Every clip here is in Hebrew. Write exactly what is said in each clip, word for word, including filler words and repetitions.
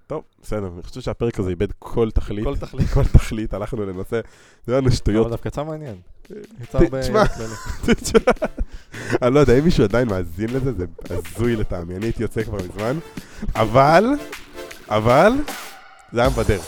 טוב, בסדר, אני חושב שהפרק הזה איבד כל תכלית. כל תכלית. כל תכלית, הלכנו לנושא, זה היה שטויות. אבל דווקא יצא מעניין. תשמע, אני לא יודע, אם מישהו עדיין מאזין לזה, זה הזוי לטעמי, אני הייתי יוצא כבר מזמן, אבל, אבל, זה היה מבדר.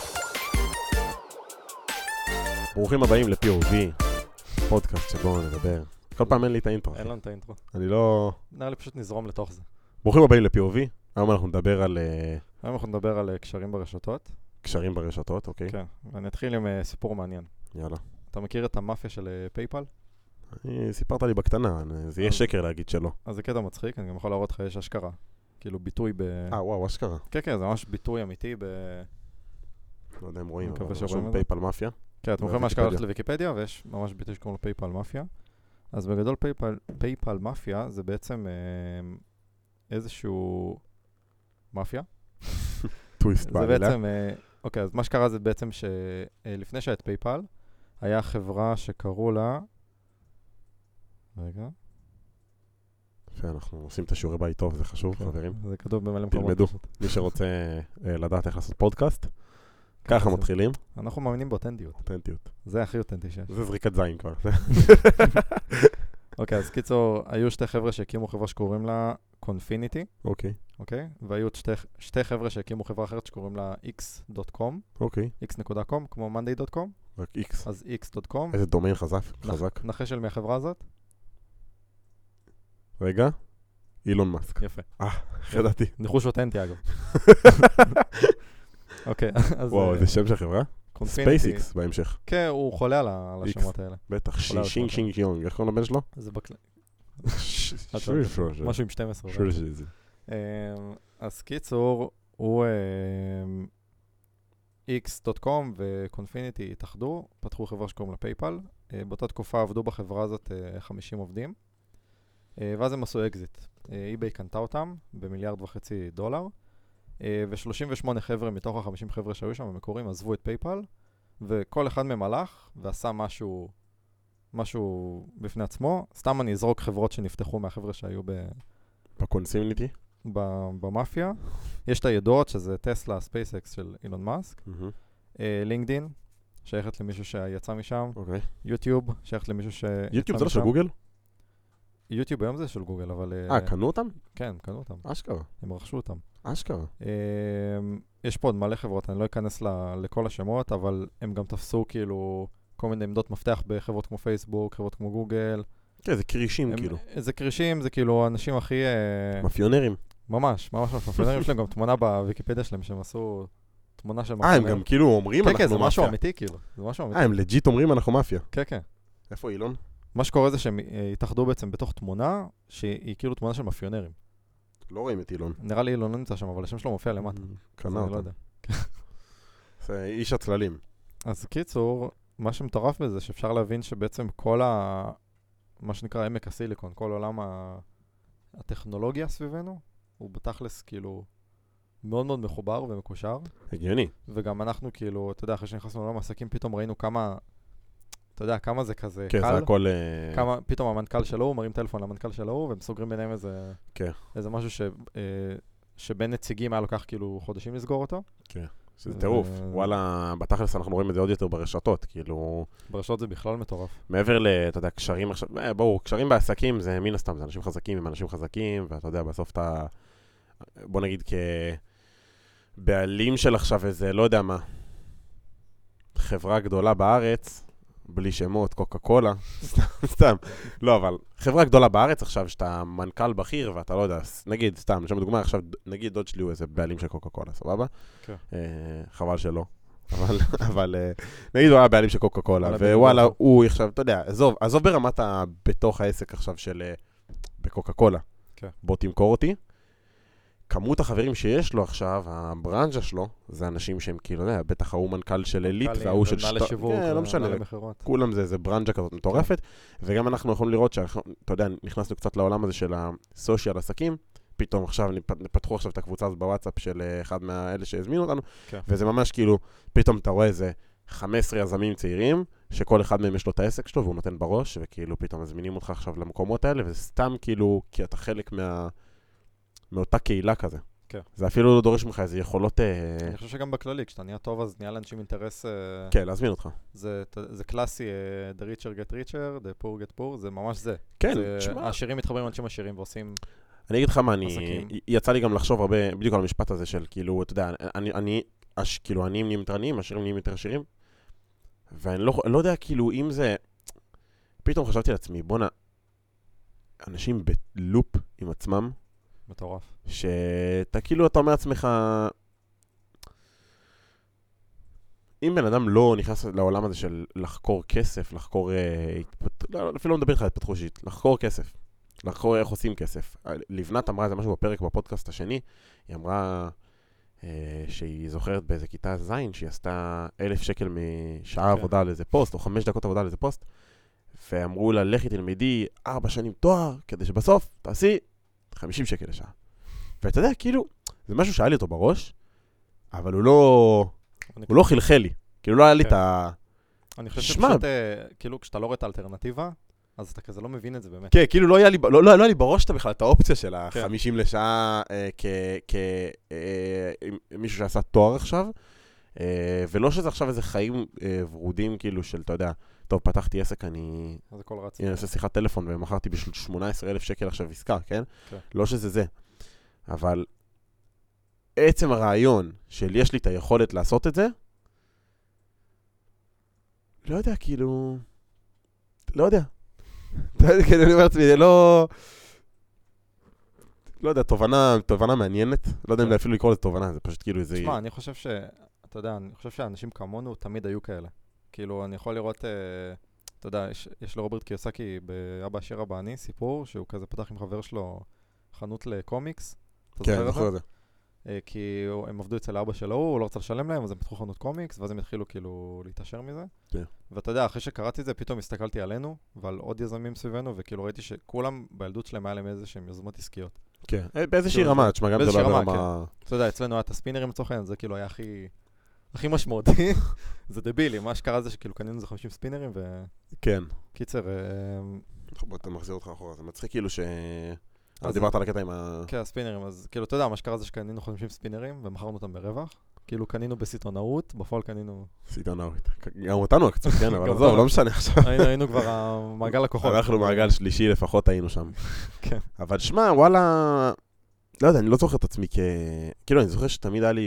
ברוכים הבאים ל-פי או וי, פודקאסט שבו נדבר. כל פעם אין לי את האינטרו. אין לנו את האינטרו. אני לא... נראה לי פשוט נזרום לתוך זה. ברוכים הבאים ל-פי או וי, היום אנחנו נדבר על... היום אנחנו נדבר על קשרים ברשתות. קשרים ברשתות, אוקיי. כן, ואני אתחיל עם סיפור מעניין. יאללה. אתה מכיר את המאפיה של פייפל? סיפרת לי בקטנה, זה יהיה שקר להגיד שלא. אז זה קטע מצחיק, אני גם יכול להראות לך, יש אשכרה. כאילו ביטוי ב... אה, וואו, אשכרה. כן, כן, זה ממש ביטוי אמיתי ב... לא יודע אם רואים, אני מקווה אבל שרואים רשום את זה. פייפל מאפיה. כן, אתם יכולים מאשכרה ללכת לוויקיפדיה, ויש ממש ביטוי שקוראים לו פייפל מאפיה. אז בגדול פייפל, פייפל מאפיה זה בעצם אה, איזשהו מאפיה. טוויסט זה בעלילה. בעצם, אה, אוקיי, אז מה שקרה זה בעצם שלפני שהיה את פייפל, היה חברה שקראו לה... רגע. יפה, אנחנו עושים את השיעורי בית טוב, זה חשוב, חברים. זה כתוב במלא מקומות. תלמדו. מי שרוצה אה, לדעת איך לעשות פודקאסט, ככה זה- מתחילים. אנחנו מאמינים באותנטיות. אותנטיות. זה הכי אותנטי שיש. זה זריקת זין כבר. אוקיי, אז קיצור, היו שתי חבר'ה שהקימו חברה שקוראים לה קונפיניטי, אוקיי, אוקיי? והיו עוד שתי, שתי חבר'ה שהקימו חברה אחרת שקוראים לה איקס דוט קום, אוקיי. איקס דוט קום, כמו מאנדיי דוט קום, רק איקס. אז איקס דוט קום. איזה דומיין חזק. חזק. נחש של מהחברה הזאת? רגע. אילון מאסק. יפה. ידעתי. ניחוש אותנטי אגב. אוקיי, אז... וואו, זה שם של חברה? קונפיניטי. ספייסיקס בהמשך. כן, הוא חולה על ה- על X. השמות האלה. בטח. חולה על שינג השמות שינג יונג. איך קוראים לבן שלו? זה בקל... שור שור שור. משהו עם שתים עשרה. שור שור זה. אמ, אז קיצור, הוא איקס דוט קום וקונפיניטי התאחדו, פתחו חברה שקוראים לה פייפל. אה, באותה תקופה עבדו בחברה הזאת אה, חמישים עובדים, אה, ואז הם עשו אקזיט. איביי קנתה אותם במיליארד וחצי דולר, אה, ו-שלושים ושמונה חבר'ה מתוך ה-חמישים חבר'ה שהיו שם המקורים עזבו את פייפל, וכל אחד מהם הלך ועשה משהו, משהו בפני עצמו. סתם אני אזרוק חברות שנפתחו מהחבר'ה שהיו ב... בקונסימניטי? ב- במאפיה. יש את הידועות שזה טסלה, ספייסקס של אילון מאסק. לינקדין, שייכת למישהו שיצא משם. אוקיי. יוטיוב, שייכת למישהו שיצא משם. יוטיוב זה לא של גוגל? יוטיוב היום זה של גוגל, אבל... אה, קנו אותם? כן, קנו אותם. אשכרה. הם רכשו אותם. אשכרה. אה, יש פה עוד מלא חברות, אני לא אכנס ל- לכל השמות, אבל הם גם תפסו כאילו כל מיני עמדות מפתח בחברות כמו פייסבוק, חברות כמו גוגל. כן, זה קרישים הם- כאילו. זה קרישים, זה כאילו האנשים הכי... אה, מאפיונרים. ממש, ממש מאפיונרים. יש להם גם תמונה בוויקיפדיה שלהם שהם עשו תמונה של אה, מאפיונר. הם גם כאילו אומרים כן, כן, זה אנחנו משהו מאפיה. אמיתי כאילו. זה משהו אמיתי. אה, הם לג'יט אומרים אנחנו מאפיה. כן, כן. איפה אילון? מה שקורה זה שהם אה, התאחדו בעצם בתוך תמונה שהיא כאילו תמונה של מאפיונרים. לא רואים את אילון. נראה לי אילון לא נמצא שם, אבל השם שלו מופיע למטה. אז קנה אני לא אותם. יודע. זה איש הצללים. אז קיצור, מה שמטורף בזה שאפשר להבין שבעצם כל ה... מה שנקרא עמק הסיליקון, כל עולם ה... הטכנולוגיה סביבנו, הוא בתכלס כאילו מאוד מאוד מחובר ומקושר. הגיוני. וגם אנחנו כאילו, אתה יודע, אחרי שנכנסנו לעולם העסקים, פתאום ראינו כמה, אתה יודע, כמה זה כזה כן, קל. זה הכל... אה, כמה, פתאום המנכ"ל שלו, הוא מרים טלפון למנכ"ל שלו, והם סוגרים ביניהם איזה, כן. איזה משהו ש, אה, שבין נציגים היה לוקח כאילו חודשים לסגור אותו. כן. זה טירוף. ו- וואלה, בתכלס אנחנו רואים את זה עוד יותר ברשתות. כאילו, ברשתות זה בכלל מטורף. מעבר ל, אתה יודע, קשרים עכשיו, אה, ברור, קשרים בעסקים זה מן הסתם, זה אנשים חזקים עם אנשים חזקים, ואתה יודע, בסוף אתה, בוא נגיד כבעלים של עכשיו איזה, לא יודע מה, חברה גדולה בארץ, בלי שמות, קוקה קולה, סתם, סתם, לא, אבל חברה גדולה בארץ עכשיו, שאתה מנכ"ל בכיר, ואתה לא יודע, נגיד, סתם, לשם דוגמה, עכשיו, נגיד דוד שלי הוא איזה בעלים של קוקה קולה, סבבה? כן. אה, חבל שלא. אבל, אבל, אה, נגיד הוא היה בעלים של קוקה קולה, אבל ווואלה, הבן הוא עכשיו, אתה יודע, עזוב, עזוב ברמת ה... בתוך העסק עכשיו של... אה, בקוקה קולה. כן. בוא תמכור אותי. כמות החברים שיש לו עכשיו, הברנז'ה שלו, זה אנשים שהם כאילו, יודע, בטח ההוא מנכ"ל של אליט, וההוא של מנהלי שיווק, כן, לא משנה. מנהלי מכירות. כולם זה, זה ברנז'ה כזאת מטורפת, וגם אנחנו יכולים לראות שאתה יודע, נכנסנו קצת לעולם הזה של הסושיאל עסקים, פתאום עכשיו, פתחו עכשיו את הקבוצה הזאת בוואטסאפ של אחד מהאלה שהזמינו אותנו, כן. וזה ממש כאילו, פתאום אתה רואה איזה חמישה עשר יזמים צעירים, שכל אחד מהם יש לו את העסק שלו, והוא נותן בראש, וכאילו פתאום מזמינים אותך עכשיו למקומות האלה, וזה סתם כאילו, כי אתה חלק מה... מאותה קהילה כזה. כן. זה אפילו לא דורש ממך איזה יכולות... אני חושב שגם בכללי, כשאתה נהיה טוב, אז נהיה לאנשים אינטרס... כן, להזמין אותך. זה, זה קלאסי, the richer get richer, the poor get poor, זה ממש זה. כן, זה, תשמע. העשירים מתחברים עם אנשים עשירים ועושים... אני אגיד לך מה, אני... עסקים. יצא לי גם לחשוב הרבה, בדיוק על המשפט הזה של, כאילו, אתה יודע, אני, אני, אש, כאילו, עניים נהיים יותר עניים, עשירים נהיים יותר עשירים, ואני לא, לא יודע, כאילו, אם זה... פתאום חשבתי לעצמי, בונה, אנשים בלופ עם עצמם, מטורף. שאתה כאילו, אתה אומר לעצמך, אם בן אדם לא נכנס לעולם הזה של לחקור כסף, לחקור, אה, התפת... לא, אפילו לא מדבר איתך על התפתחות אישית, לחקור כסף, לחקור איך עושים כסף. לבנת אמרה איזה משהו בפרק בפודקאסט השני, היא אמרה אה, שהיא זוכרת באיזה כיתה זין, שהיא עשתה אלף שקל משעה כן. עבודה על איזה פוסט, או חמש דקות עבודה על איזה פוסט, ואמרו לה, לכי תלמדי ארבע שנים תואר, כדי שבסוף תעשי חמישים שקל לשעה. ואתה יודע, כאילו, זה משהו שהיה לי אותו בראש, אבל הוא לא... הוא לא חלחל לי. כאילו לא היה לי את ה... אני חושב שפשוט, כאילו, כשאתה לא רואה את האלטרנטיבה, אז אתה כזה לא מבין את זה באמת. כן, כאילו לא היה לי, לא, לא, לא היה לי בראש בכלל את האופציה של ה-חמישים לשעה כמישהו שעשה תואר עכשיו, ולא שזה עכשיו איזה חיים ורודים, כאילו של, אתה יודע, טוב, פתחתי עסק, אני... אז הכל רץ. אני עושה שיחת טלפון ומכרתי בשביל שמונה עשרה אלף שקל עכשיו עסקה, כן? כן. לא שזה זה. אבל עצם הרעיון של יש לי את היכולת לעשות את זה, לא יודע, כאילו... לא יודע. כאילו, אני אומר לעצמי, זה לא... לא יודע, תובנה, תובנה מעניינת. לא יודע אם אפילו לקרוא לזה תובנה, זה פשוט כאילו איזה... תשמע, אני חושב ש... אתה יודע, אני חושב שאנשים כמונו תמיד היו כאלה. כאילו, אני יכול לראות... אתה יודע, יש, יש לרוברט קיוסקי באבא עשיר אבא עני סיפור, שהוא כזה פתח עם חבר שלו חנות לקומיקס. כן, אני זוכר את זה. כי הם עבדו אצל האבא שלו, הוא לא רצה לשלם להם, אז הם פתחו חנות קומיקס, ואז הם התחילו כאילו להתעשר מזה. כן. ואתה יודע, אחרי שקראתי את זה, פתאום הסתכלתי עלינו, ועל עוד יזמים סביבנו, וכאילו ראיתי שכולם בילדות שלהם היה להם איזה שהם יוזמות עסקיות. כן, באיזושהי רמה, תשמע, גם זה לא ברמה... אתה יודע, אצלנו היה את הספינרים לצורך העניין, זה כאילו היה הכי... הכי משמעותי. זה דבילי, מה שקרה זה שכאילו קנינו זה חמישים ספינרים, ו... כן. קיצר... בוא, אתה מחזיר אותך אחורה, זה מצחיק כאילו ש... דיברת על הקטע עם ה... כן, הספינרים, אז כאילו, אתה יודע, מה שקרה זה שקנינו חמישים ספינרים, ומכרנו אותם ברווח. כאילו, קנינו בסיטונאות, בפועל קנינו... סיטונאות. גם אותנו קצת, כן, אבל עזוב, לא משנה עכשיו. היינו כבר המעגל הכוחות. אנחנו מעגל שלישי לפחות היינו שם. כן. אבל שמע, וואלה... לא יודע, אני לא זוכר את עצמי כ... כאילו, אני זוכר שתמיד היה לי...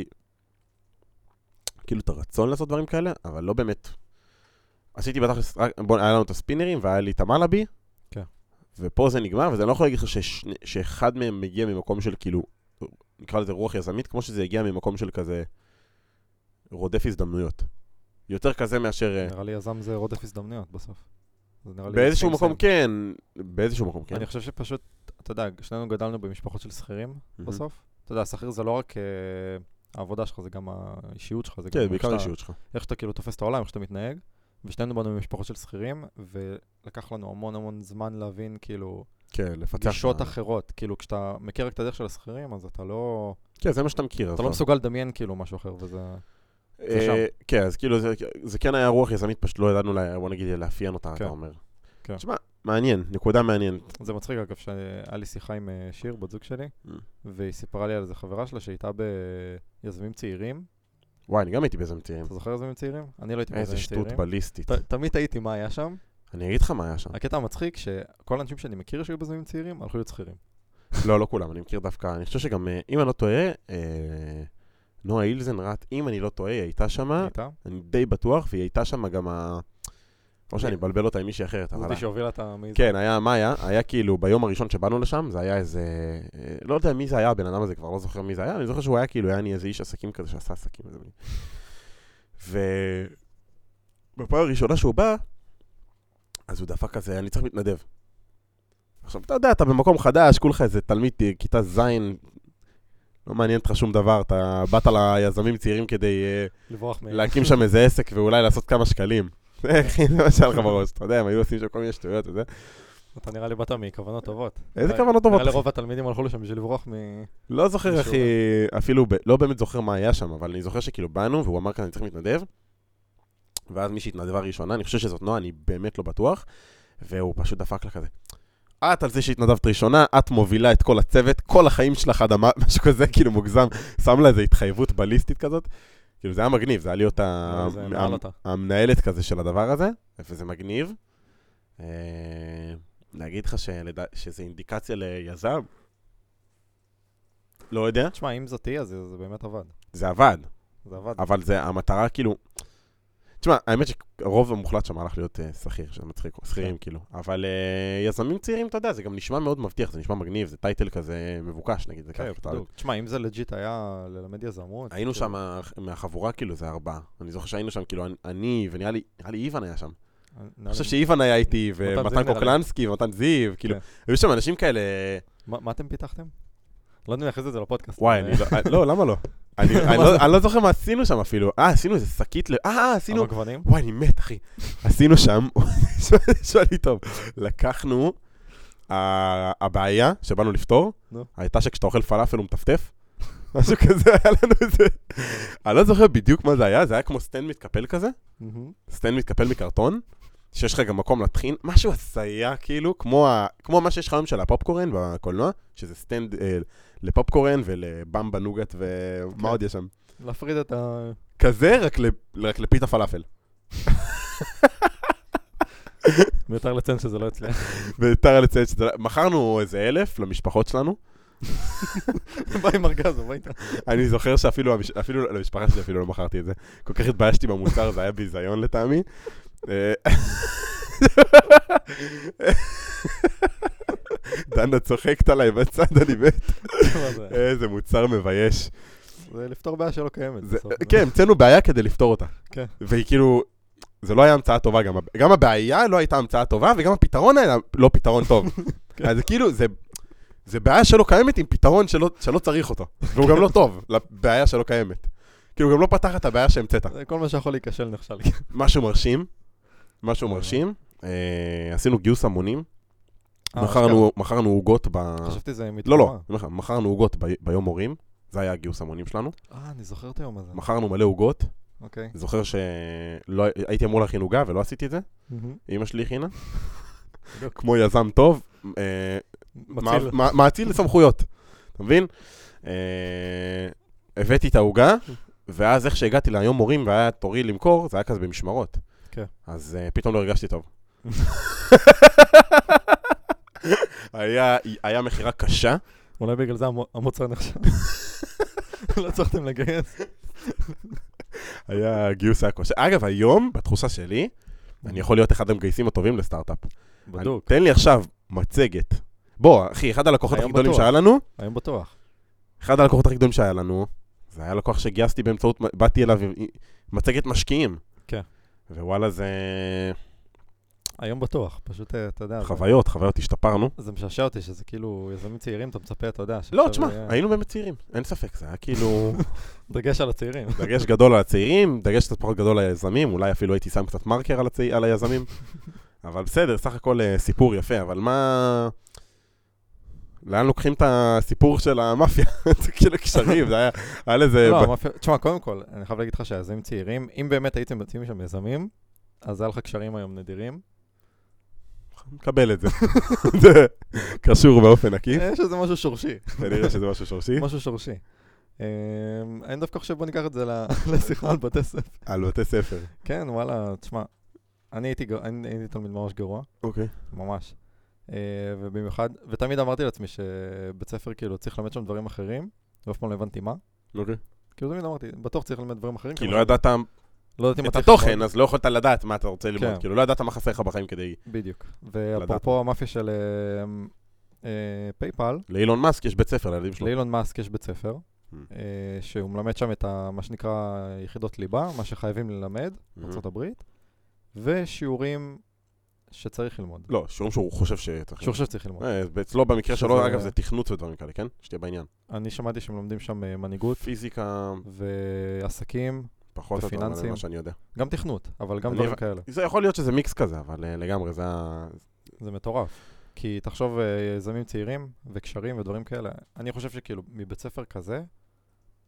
כאילו, את הרצון לעשות דברים כאלה, אבל לא באמת... עשיתי בטח... בוא, היה לנו את הספינרים, והיה לי את המלאבי. כן. ופה זה נגמר, וזה לא יכול להגיד לך שאחד מהם מגיע ממקום של כאילו, נקרא לזה רוח יזמית, כמו שזה הגיע ממקום של כזה רודף הזדמנויות. יותר כזה מאשר... נראה לי יזם זה רודף הזדמנויות בסוף. באיזשהו מקום כן, באיזשהו מקום כן. אני חושב שפשוט, אתה יודע, שנינו גדלנו במשפחות של שכירים בסוף. אתה יודע, שכיר זה לא רק העבודה שלך, זה גם האישיות שלך. כן, בעיקר האישיות שלך. איך שאתה כאילו תופס את העולם, איך שאתה מתנהג. ושנינו באנו ממשפחות של שכירים, ולקח לנו המון המון זמן להבין, כאילו, כן, לפתח גישות אחרות. כאילו, כשאתה מכיר רק את הדרך של השכירים, אז אתה לא... כן, זה מה שאתה מכיר. אתה לא מסוגל לדמיין, כאילו, משהו אחר, וזה... זה שם. כן, אז כאילו, זה כן היה רוח יזמית, פשוט לא ידענו, בוא נגיד, לאפיין אותה, אתה אומר. כן. תשמע, מעניין, נקודה מעניינת. זה מצחיק, אגב, שהיה לי שיחה עם שיר, בת זוג שלי, והיא סיפרה לי על איזה חברה שלה, שהייתה ביזמים צעירים, וואי, אני גם הייתי ביזמים צעירים. אתה זוכר יזמים צעירים? אני לא הייתי ביזמים צעירים. איזה שטות בליסטית. תמיד הייתי מה היה שם. אני אגיד לך מה היה שם. הקטע המצחיק שכל האנשים שאני מכיר שהיו ביזמים צעירים, הלכו להיות שכירים. לא, לא כולם, אני מכיר דווקא, אני חושב שגם, אם אני לא טועה, נועה אילזנרט, אם אני לא טועה, היא הייתה שם, אני די בטוח, והיא הייתה שם גם ה... או שאני מבלבל אותה עם מישהי אחרת. זאתי שהובילה את המיזם. כן, היה, מה היה? היה כאילו, ביום הראשון שבאנו לשם, זה היה איזה... לא יודע מי זה היה, הבן אדם הזה כבר לא זוכר מי זה היה, אני זוכר שהוא היה כאילו, היה אני איזה איש עסקים כזה שעשה עסקים. ובפעם הראשונה שהוא בא, אז הוא דפק כזה, אני צריך מתנדב. עכשיו, אתה יודע, אתה במקום חדש, כולך איזה תלמיד כיתה זין, לא מעניין אותך שום דבר, אתה באת ליזמים צעירים כדי להקים שם איזה עסק ואולי לעשות כמה שקלים. זה מה שהיה לך בראש, אתה יודע, הם היו עושים שם כל מיני שטויות, אתה יודע. אתה נראה לי באת מכוונות טובות. איזה כוונות טובות? נראה לי רוב התלמידים הלכו לשם בשביל לברוח מ... לא זוכר, אחי, אפילו, לא באמת זוכר מה היה שם, אבל אני זוכר שכאילו באנו, והוא אמר כאן, אני צריך להתנדב, ואז מי שהתנדבה ראשונה, אני חושב שזאת נועה, אני באמת לא בטוח, והוא פשוט דפק לה כזה. את על זה שהתנדבת ראשונה, את מובילה את כל הצוות, כל החיים שלך עד המה, משהו כזה, כאילו מוגזם, שם לה איזו התחייבות בליסטית כזאת. כאילו זה היה מגניב, זה היה להיות המנהלת כזה של הדבר הזה, וזה מגניב. להגיד לך שזה אינדיקציה ליזם? לא יודע. תשמע, אם זאת תהיה, זה באמת עבד. זה עבד. זה עבד. אבל זה המטרה כאילו... תשמע, האמת שרוב המוחלט שם הלך להיות שכיר, שזה מצחיק, שכירים כאילו. אבל יזמים צעירים, אתה יודע, זה גם נשמע מאוד מבטיח, זה נשמע מגניב, זה טייטל כזה מבוקש, נגיד. תשמע, אם זה לג'יט היה ללמד יזמות... היינו שם מהחבורה, כאילו, זה ארבעה. אני זוכר שהיינו שם, כאילו, אני, ונראה לי, נראה לי איוון היה שם. אני חושב שאיוון היה איתי, ומתן קוקלנסקי, ומתן זיו, כאילו, היו שם אנשים כאלה... מה אתם פיתחתם? לא יודע להכניס את זה לפודקאסט. וואי, לא, למה לא? אני לא זוכר מה עשינו שם אפילו. אה, עשינו איזה שקית... אה, עשינו... המגוונים? וואי, אני מת, אחי. עשינו שם... שואל לי טוב. לקחנו... הבעיה שבאנו לפתור, הייתה שכשאתה אוכל פלאפל הוא מטפטף. משהו כזה, היה לנו איזה... אני לא זוכר בדיוק מה זה היה, זה היה כמו סטנד מתקפל כזה. סטנד מתקפל מקרטון. שיש לך גם מקום לטחין, משהו עשייה כאילו, כמו, ה, כמו מה שיש לך היום של הפופקורן בקולנוע, שזה סטנד אה, לפופקורן ולבמבה נוגת ומה okay. עוד יש שם? להפריד את ה... כזה, רק, ל, רק לפיתה פלאפל. ביותר לציין שזה לא הצליח. ביותר לציין שזה לא... מכרנו איזה אלף למשפחות שלנו. בא עם ארגז, בא איתה. אני זוכר שאפילו אפילו, למשפחה שלי אפילו לא מכרתי את זה. כל כך התביישתי במוצר, זה היה ביזיון לטעמי. דנה צוחקת עליי בצד, אני מת. איזה מוצר מבייש. זה לפתור בעיה שלא קיימת. כן, המצאנו בעיה כדי לפתור אותה. והיא כאילו, זה לא היה המצאה טובה, גם הבעיה לא הייתה המצאה טובה, וגם הפתרון היה לא פתרון טוב. אז כאילו, זה בעיה שלא קיימת עם פתרון שלא צריך אותו. והוא גם לא טוב, לבעיה שלא קיימת. כאילו, הוא גם לא פתח את הבעיה שהמצאת. זה כל מה שיכול להיכשל נכשל. משהו מרשים. משהו מרשים, עשינו גיוס המונים, מכרנו עוגות ב... חשבתי זה מתלומה. לא, לא, מכרנו עוגות ביום הורים, זה היה גיוס המונים שלנו. אה, אני זוכר את היום הזה. מכרנו מלא עוגות, אוקיי. זוכר שהייתי אמור להכין עוגה ולא עשיתי את זה, אמא שלי הכינה, כמו יזם טוב, מאציל לסמכויות, אתה מבין? הבאתי את העוגה, ואז איך שהגעתי ליום מורים והיה תורי למכור, זה היה כזה במשמרות. אז פתאום לא הרגשתי טוב. היה מחירה קשה. אולי בגלל זה המוצר נחשב. לא צריכתם לגייס. היה גיוס היה קשה. אגב, היום, בתחושה שלי, אני יכול להיות אחד המגייסים הטובים לסטארט-אפ. בדוק. תן לי עכשיו מצגת. בוא, אחי, אחד הלקוחות הכי גדולים שהיה לנו. היום בטוח. אחד הלקוחות הכי גדולים שהיה לנו, זה היה לקוח שגייסתי באמצעות, באתי אליו מצגת משקיעים. כן. ווואלה זה... היום בטוח, פשוט, אתה יודע... חוויות, חוויות, השתפרנו. זה משעשע אותי שזה כאילו יזמים צעירים, אתה מצפה, אתה יודע... לא, תשמע, היינו באמת צעירים, אין ספק, זה היה כאילו... דגש על הצעירים. דגש גדול על הצעירים, דגש קצת פחות גדול על היזמים, אולי אפילו הייתי שם קצת מרקר על היזמים, אבל בסדר, סך הכל סיפור יפה, אבל מה... לאן לוקחים את הסיפור של המאפיה? זה כאילו קשרים, זה היה לזה... לא, המאפיה... תשמע, קודם כל, אני חייב להגיד לך שהיזמים צעירים, אם באמת הייתם מציעים שם יזמים, אז היה לך קשרים היום נדירים. מקבל את זה. זה קשור באופן עקיף. יש איזה משהו שורשי. תנראה שזה משהו שורשי. משהו שורשי. אני דווקא חושב, בוא ניקח את זה לשיחה על בתי ספר. על בתי ספר. כן, וואלה, תשמע, אני הייתי תלמיד ממש גרוע. אוקיי. ממש. ובמיוחד, ותמיד אמרתי לעצמי שבית ספר כאילו צריך ללמד שם דברים אחרים, ואף פעם לא הבנתי מה. אוקיי. כאילו תמיד אמרתי, בטוח צריך ללמד דברים אחרים. כי לא ידעת את התוכן, אז לא יכולת לדעת מה אתה רוצה ללמוד. כאילו לא ידעת מה חסר לך בחיים כדי... בדיוק. ואפרופו המאפיה של פייפל... לאילון מאסק יש בית ספר לילדים שלו. לאילון מאסק יש בית ספר, שהוא מלמד שם את מה שנקרא יחידות ליבה, מה שחייבים ללמד בארצות הברית, ושיעורים שצריך ללמוד. לא, שיעורים שהוא חושב שצריך ללמוד. שהוא שצריך ללמוד. אצלו במקרה שלו, אגב, זה תכנות ודברים כאלה, כן? שתהיה בעניין. אני שמעתי שהם לומדים שם מנהיגות. פיזיקה. ועסקים. פחות או יותר, מה שאני יודע. גם תכנות, אבל גם דברים כאלה. זה יכול להיות שזה מיקס כזה, אבל לגמרי, זה... זה מטורף. כי תחשוב יזמים צעירים וקשרים ודברים כאלה. אני חושב שכאילו מבית ספר כזה,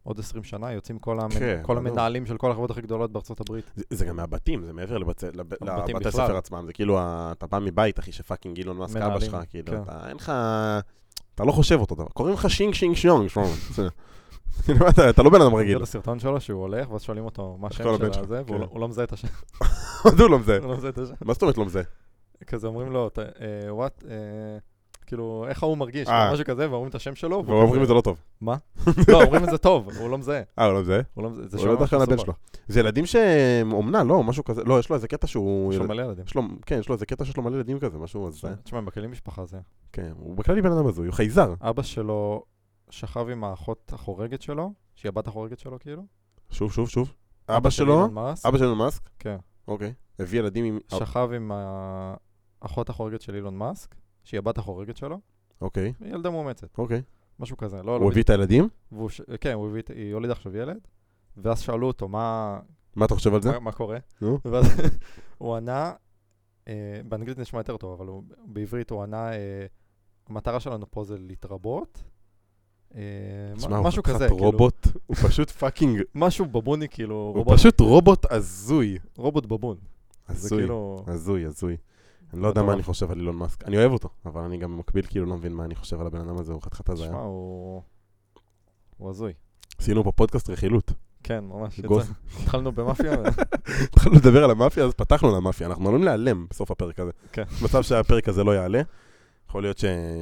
עוד עשרים שנה יוצאים כל, המנ... כן, כל לא. המנהלים של כל החברות הכי גדולות בארצות הברית. זה, זה גם מהבתים, זה מעבר לבצ... לב... הבתים לבתי בכלל. ספר עצמם, זה כאילו, ה- אתה בא מבית, אחי, שפאקינג אילון מאסק אבא מנהלים, שלך, כאילו, כן. אתה, אין לך, אתה לא חושב אותו דבר, קוראים לך שינג שינג שיונג, שומע, אתה, אתה לא בן אדם רגיל. זה הסרטון שלו שהוא הולך, ואז שואלים אותו מה השם כל הבן של שלך, הזה, והוא כן. לא- הוא לא מזהה את השם. מדוע הוא לא מזהה? הוא לא מזהה את השם. מה זאת אומרת לא מזהה? כזה אומרים לו, "אתה, אה, what, אה, כאילו, איך הוא מרגיש, אה. משהו כזה, ואומרים את השם שלו. והוא ואומרים כזה- את זה לא טוב. מה? לא, אומרים את זה טוב, הוא לא מזהה. אה, הוא לא מזהה? הוא לא מזהה, זה הוא שם לא יודע ממש כאן הבן מסובך. שלו. זה ילדים שהם אומנה, לא, משהו כזה, לא, יש לו איזה קטע שהוא... יש לו מלא ילדים. יש לו, כן, יש לו איזה קטע שיש לו מלא ילדים כזה, משהו, אז זה... תשמע, בכללי משפחה זה. כן, הוא בכללי בן אדם הזו, הוא חייזר. אבא שלו שכב עם האחות החורגת שלו, שהיא הבת החורגת שלו כאילו. שוב, שוב, שוב. אבא שלו, אילון מאסק, אבא של אילון מאסק, כן. אוקיי. הביא ילדים עם... שכב עם האחות החורגת של אילון מאסק, שהיא הבת החורגת שלו. אוקיי, היא ילדה מאומצת, אוקיי. משהו כזה. לא, לא הוא הביא את הילדים? והוא ש... כן, הוא הביא, היא הולידה עכשיו ילד, ואז שאלו אותו מה, מה אתה חושב על זה? מה, מה קורה, נו. ואז הוא ענה, אה, באנגלית נשמע יותר טוב, אבל הוא, בעברית הוא ענה, אה, המטרה שלנו פה זה להתרבות, אה, תשמע, מה- הוא משהו חתיכת כזה, כאילו, רובוט, הוא פשוט פאקינג, משהו בבוני, כאילו, הוא רובוט, פשוט רובוט הזוי. רובוט בבון, זה הזוי, כאילו, הזוי, הזוי. אני לא יודע מה אני חושב על אילון מאסק. אני אוהב אותו, אבל אני גם במקביל כאילו לא מבין מה אני חושב על הבן אדם הזה, הוא חתיכת הזיה. תשמע, הוא, הוא הזוי, עשינו פה פודקאסט רכילות. כן, ממש, גוס. יצא. התחלנו במאפיה, התחלנו לדבר על המאפיה, אז פתחנו על המאפיה. אנחנו עלולים להיעלם בסוף הפרק הזה. כן. מצב שהפרק הזה לא יעלה. יכול להיות ש...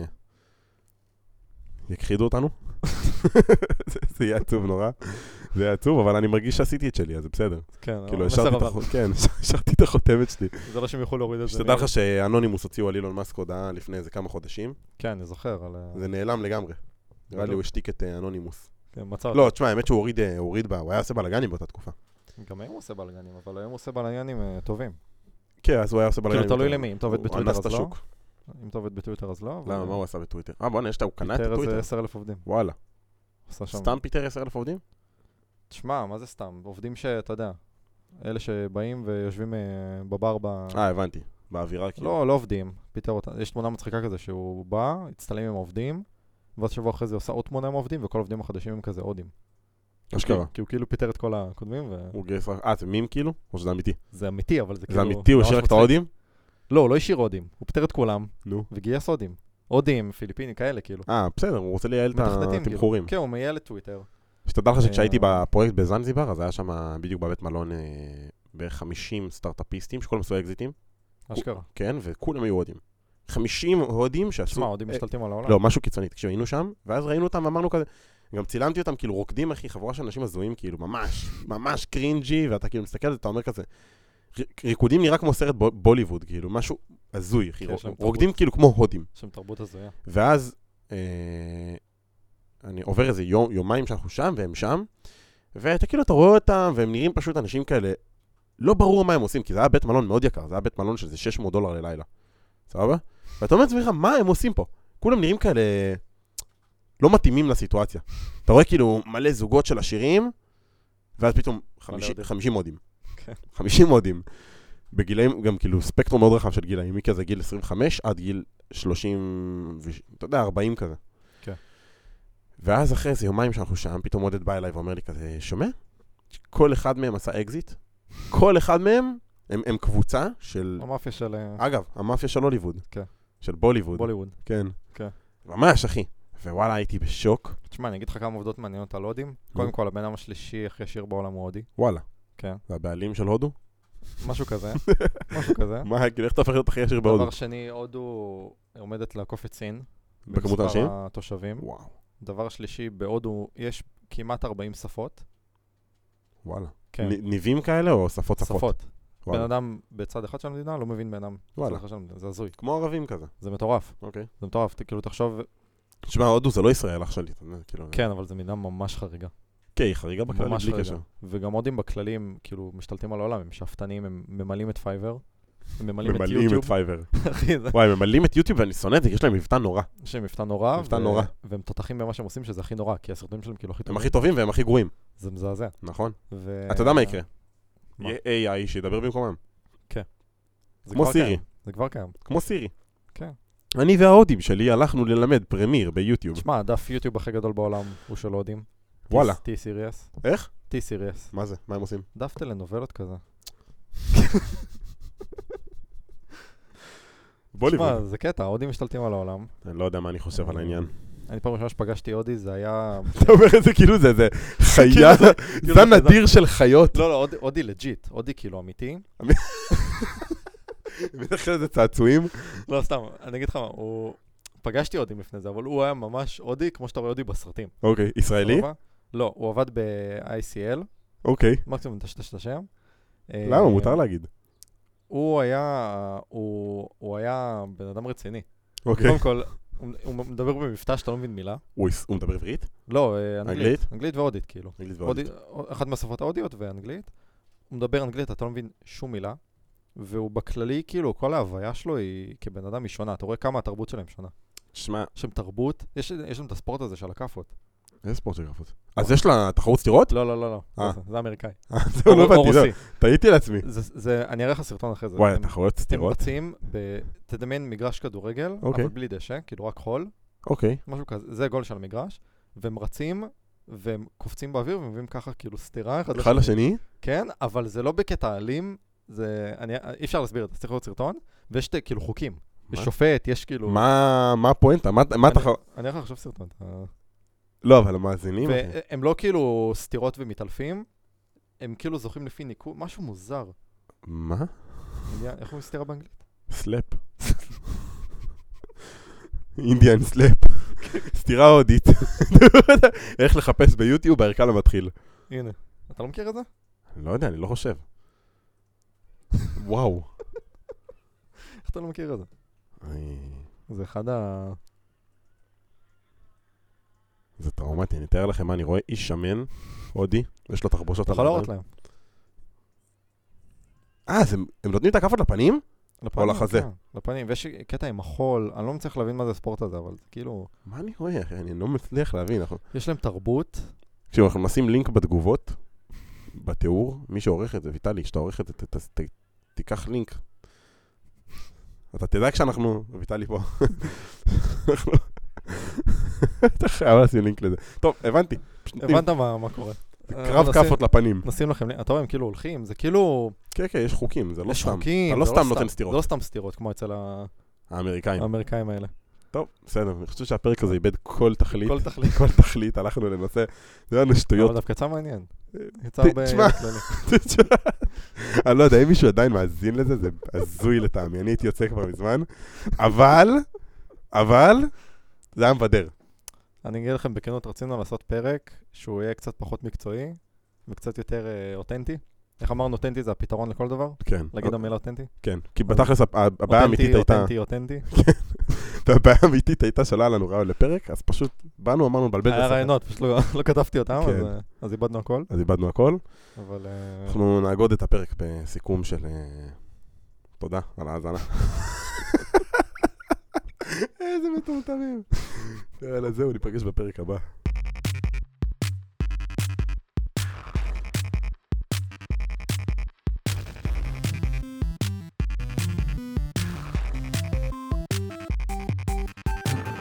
יכחידו אותנו. זה- זה יהיה עצוב נורא. זה יהיה עצוב, אבל אני מרגיש שעשיתי את שלי, אז זה בסדר. כן, כאילו, המסר השארתי את עבר. החותמת, כן, השארתי את החותמת שלי. זה לא שהם יוכלו להוריד את זה. שתדע לך שאנונימוס הוציאו על אילון מאסק הודעה לפני איזה כמה חודשים. כן, אני זוכר, על... ה- זה נעלם לגמרי. נראה לי גדול. הוא השתיק את אה, אנונימוס. כן, מצא לא, תשמע, האמת שהוא הוריד, אה, הוריד בה, הוא היה עושה בלגנים באותה תקופה. גם היום הוא עושה בלגנים, אבל היום הוא עושה בלגנים אה, טובים. כן, אז הוא היה עושה בלגנים. כאילו, תלוי יותר. למי, אם אתה עובד הוא בטוויטר אנס את אז לא. השוק. אם אתה עובד בטוויטר אז לא. אבל- למה, מה הוא עשה בטוויטר? אה, בוא נשתה, הוא קנה את פיטר הטוויטר. איזה עשרת אלפים עובדים. וואלה. עשה שם. סתם פיטר עשרת אלפים עובדים? תשמע, מה זה סתם? עובדים שאתה יודע, אלה שבאים ויושבים אה, בבר ב... אה, הבנתי. באווירה כאילו. לא, לא עובדים, פיטר אותם. יש תמונה מצחיקה כזה שהוא בא, הצטלם עם העובדים, ואז שבוע אחרי זה עושה עוד תמונה עם העובדים, וכל העובדים החדשים הם כזה הודים. אשכרה. כי הוא כאילו פיטר את כל הקודמים, הוא גייס רק... אה, זה מים כאילו? או שזה אמיתי? וזה אמיתי, אבל זה זה כאילו... אמיתי? הוא ממש השאיר רק את מצחיק. ההודים? לא, הוא לא השאיר הודים, הוא פיטר את כולם, נו. וגייס הודים. הודים, פיליפינים, כאלה כאילו. אה, בסדר, הוא רוצה לייעל את מתכנתים, כאילו. התמחורים. כן, הוא מייעל את טוויטר. שתדע לך שכשהייתי אה. בפרויקט בזנזיבר, אז היה שם בדיוק בבית מלון אה, בערך חמישים סטארט-אפיסטים, שכולם עשו אקזיטים. אשכרה. כן, וכולם היו הודים. חמישים הודים שעשו... תשמע, הודים אה, משתלטים על העולם. לא, משהו קיצוני. כשהיינו שם, ואז ראינו אותם ואמרנו כזה, גם צילמתי אותם כאילו רוקדים, אחי, חבורה של אנשים הזויים, כאילו, ממש, ממש קרינג'י, ואתה כאילו מסתכל על זה, אתה אומר כזה, ר- ריקודים נראה כמו סרט בו- בוליווד, כאילו, משהו הזוי, אחי, כן, יש להם ר- רוקדים כאילו כמו הודים. יש שם תרבות הזויה. ואז אה, אני עובר איזה יום, יומיים שאנחנו שם, והם שם, ואתה כאילו, אתה רואה אותם, והם נראים פשוט אנשים כאלה, לא ברור מה הם עושים, כי זה היה בית מלון מאוד יקר, זה היה בית מלון שזה שש מאות דולר ללילה. סבבה? ואתה אומר לעצמך, מה הם עושים פה? כולם נראים כאלה לא מתאימים לסיטואציה. אתה רואה כאילו מלא זוגות של עשירים, ואז פתאום הודים. חמישים מודים. כן. חמישים מודים. בגילאים, גם כאילו ספקטרום מאוד רחב של גילאים, מכזה גיל עשרים וחמש עד גיל שלושים, אתה יודע, ארבעים כזה. כן. ואז אחרי איזה יומיים שאנחנו שם, פתאום עודד בא אליי ואומר לי כזה, שומע? כל אחד מהם עשה אקזיט. כל אחד מהם, הם, הם קבוצה של... המאפיה של אה, אגב, המאפיה של הוליווד. כן. של בוליווד. בוליווד. כן. כן. ממש, אחי. ווואלה, הייתי בשוק. תשמע, אני אגיד לך כמה עובדות מעניינות על הודים. קודם כל, הבן אדם השלישי הכי עשיר בעולם הוא הודי. וואלה. כן. זה הבעלים של הודו? משהו כזה. משהו כזה. מה, כאילו, איך אתה הופך להיות הכי עשיר בהודו? דבר שני, הודו עומדת לעקוף את סין. בכמות האנשים? במספר התושבים. וואו. דבר שלישי, בהודו יש כמעט ארבעים שפות. וואלה. כן. נ- ניבים כאלה או שפות שפות? שפות. בן וואלה. אדם בצד אחד של המדינה לא מבין בן אדם. וואלה. בצד אחד של המדינה. זה הזוי. כמו ערבים כזה. זה מטורף. אוקיי. זה מטורף. ת- כאילו, תחשוב... תשמע, הודו זה לא ישראל אח שלי. אתה יודע, כאילו... כן, אבל זו מדינה ממש חריגה. כן, היא חריגה בכללי, ממש בלי חריגה. קשר. וגם הודים בכללים, כאילו, משתלטים על העולם. הם שאפתנים, הם ממלאים את פייבר. הם ממלאים את ממלאים יוטיוב. את פייבר. אחי, זה... וואי, ממלאים את יוטיוב ואני שונא את זה, כי יש להם מבטא נורא. יש להם מבטא נורא. מבטא נורא. והם תותחים במה שהם עושים, שזה הכי נורא, כי הסרטונים שלהם כאילו הכי הם טובים. הכי טובים והם הכי גרועים. זה מזעזע. נכון. ו... אתה יודע מה יקרה? מה? יהיה איי איי שידבר במקומם. זה כמו כבר סירי. קיים. זה כבר קיים. כמו סירי. כן. אני וההודים שלי הלכנו ללמד פרמיר ביוטיוב. תשמע, הדף יוטיוב הכי גדול בעולם הוא של הודים. וואלה. T-Series. איך? T-Series. מה זה? מה הם עושים? דף טלנובלות כזה. בוא תשמע, לבוא. זה קטע, הודים משתלטים על העולם. אני לא יודע מה אני חושב על העניין. אני פעם ראשונה שפגשתי הודי, זה היה... אתה אומר את זה כאילו זה, זה חיה, זה נדיר של חיות. לא, לא, הודי- הודי לג'יט, הודי כאילו אמיתי. בטח איזה צעצועים. לא, סתם, אני אגיד לך מה, הוא... פגשתי הודים לפני זה, אבל הוא היה ממש הודי, כמו שאתה רואה הודי בסרטים. אוקיי, ישראלי? סבבה? לא, הוא עבד ב-איי סי אל, אוקיי. מקסימום תשתש את השם. למה? מותר להגיד. הוא היה, הוא, הוא היה בן אדם רציני. אוקיי. קודם כל, הוא, הוא מדבר במבטא שאתה לא מבין מילה. הוא הוא מדבר עברית? לא, אה, אנגלית. אנגלית? אנגלית והודית, כאילו. אנגלית והודית. הודית- אחת מהשפות ההודיות ואנגלית. הוא מדבר אנגלית, אתה לא מבין שום מילה. והוא בכללי, כאילו, כל ההוויה שלו היא כבן אדם היא שונה. אתה רואה כמה התרבות שלהם שונה. שמע, יש שם תרבות, יש, יש שם את הספורט הזה של הכאפות. איזה ספורט של גרפות? אז יש לה תחרות סטירות? לא, לא, לא, לא. אה. זה, זה אמריקאי. זהו, לא או- או הבנתי, זהו. רוסי. טעיתי לעצמי. זה, זה, אני אראה לך סרטון אחרי זה. וואי, הם- תחרויות הם סטירות? רצים, ב... תדמיין מגרש כדורגל, אוקיי. אבל בלי דשא, כאילו רק חול, אוקיי. משהו כזה, זה גול של המגרש, והם רצים, והם קופצים באוויר, ומביאים ככה כאילו סתירה אחד אחד לשני? כן, אבל זה לא בקטע אלים, זה, אני, אי אפשר להסביר את זה, צריך לראות סרטון, ויש ת- כאילו חוקים, יש מה? שופט, יש כאילו... מה מה הפואנטה? מה מה אתה... אני אראה לך עכשיו סרטון. אתה- לא, אבל המאזינים... אחי. והם לא כאילו סתירות ומתעלפים, הם כאילו זוכים לפי ניקוד, משהו מוזר. מה? יודע, איך הוא מסתירה באנגלית? סלאפ. אינדיאן סלאפ. סתירה הודית. איך לחפש ביוטיוב הערכה למתחיל. הנה, אתה לא מכיר את זה? לא יודע, אני לא חושב. וואו. איך אתה לא מכיר את זה? אני- זה אחד ה... זה טראומטי, אני אתאר לכם מה אני רואה. איש שמן, הודי, יש לו תחבושות אתה יכול להראות להם. אה, אז הם הם נותנים את הכאפות לפנים? לפנים, לחזה. כן, לפנים, ויש קטע עם החול, אני לא מצליח להבין מה זה הספורט הזה, אבל זה כאילו... מה אני רואה, אחי? אני לא מצליח להבין. אנחנו- יש להם תרבות, תקשיבו, אנחנו נשים לינק בתגובות, בתיאור, מי שעורך את זה, ויטלי, שאתה עורך את זה, ת- ת- ת- תיקח לינק. אתה תדע כשאנחנו, ויטלי פה. אנחנו- אתה חייב לשים לינק לזה. טוב, הבנתי. פשוט נותנים- הבנת מה מה קורה. זה קרב נשים- כאפות לפנים. נשים לכם, אתה רואה, הם כאילו הולכים, זה כאילו... כן, כן, יש חוקים, זה לא יש סתם. חוקים, אתה לא זה סתם נותן סטירות. זה לא סתם סתירות, כמו אצל ה- האמריקאים. האמריקאים האלה. טוב, בסדר, אני חושב שהפרק הזה איבד כל תכלית. כל תכלית. כל תכלית, הלכנו לנושא, זה היה לנו שטויות. אבל דווקא יצא מעניין. יצא ת- הרבה... תשמע. כללי. אני לא יודע, אם מישהו עדיין מאזין לזה, זה הזוי לטעמי, אני הייתי יוצא כבר מזמן, אבל, אבל, זה היה מבדר. אני אגיד לכם בכנות, רצינו לעשות פרק שהוא יהיה קצת פחות מקצועי, וקצת יותר אה, אותנטי. איך אמרנו, אותנטי זה הפתרון לכל דבר? כן, להגיד המילה אותנטי? כן, כי בתכלס הפ- הבעיה האמיתית הייתה, אותנטי, אותנטי. הבעיה האמיתית הייתה שלא היה לנו רעיון לפרק, אז פשוט באנו, אמרנו, בלבל את היה השכל. רעיונות, פשוט לא לא כתבתי אותם, כן. אז, אה, אז איבדנו הכל. אז איבדנו הכל. אבל... אה, אנחנו נאגוד את הפרק בסיכום של... אה, תודה על ההאזנה. איזה מטומטמים. יאללה, זהו, ניפגש בפרק הבא.